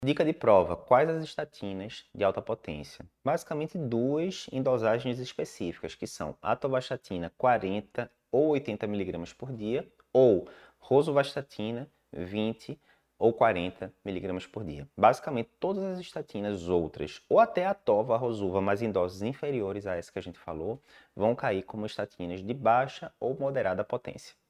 Dica de prova: quais as estatinas de alta potência? Basicamente duas em dosagens específicas, que são atorvastatina 40 ou 80 mg por dia ou rosuvastatina 20 ou 40 mg por dia. Basicamente todas as estatinas outras, ou até a tova, a rosuva, mas em doses inferiores a essa que a gente falou, vão cair como estatinas de baixa ou moderada potência.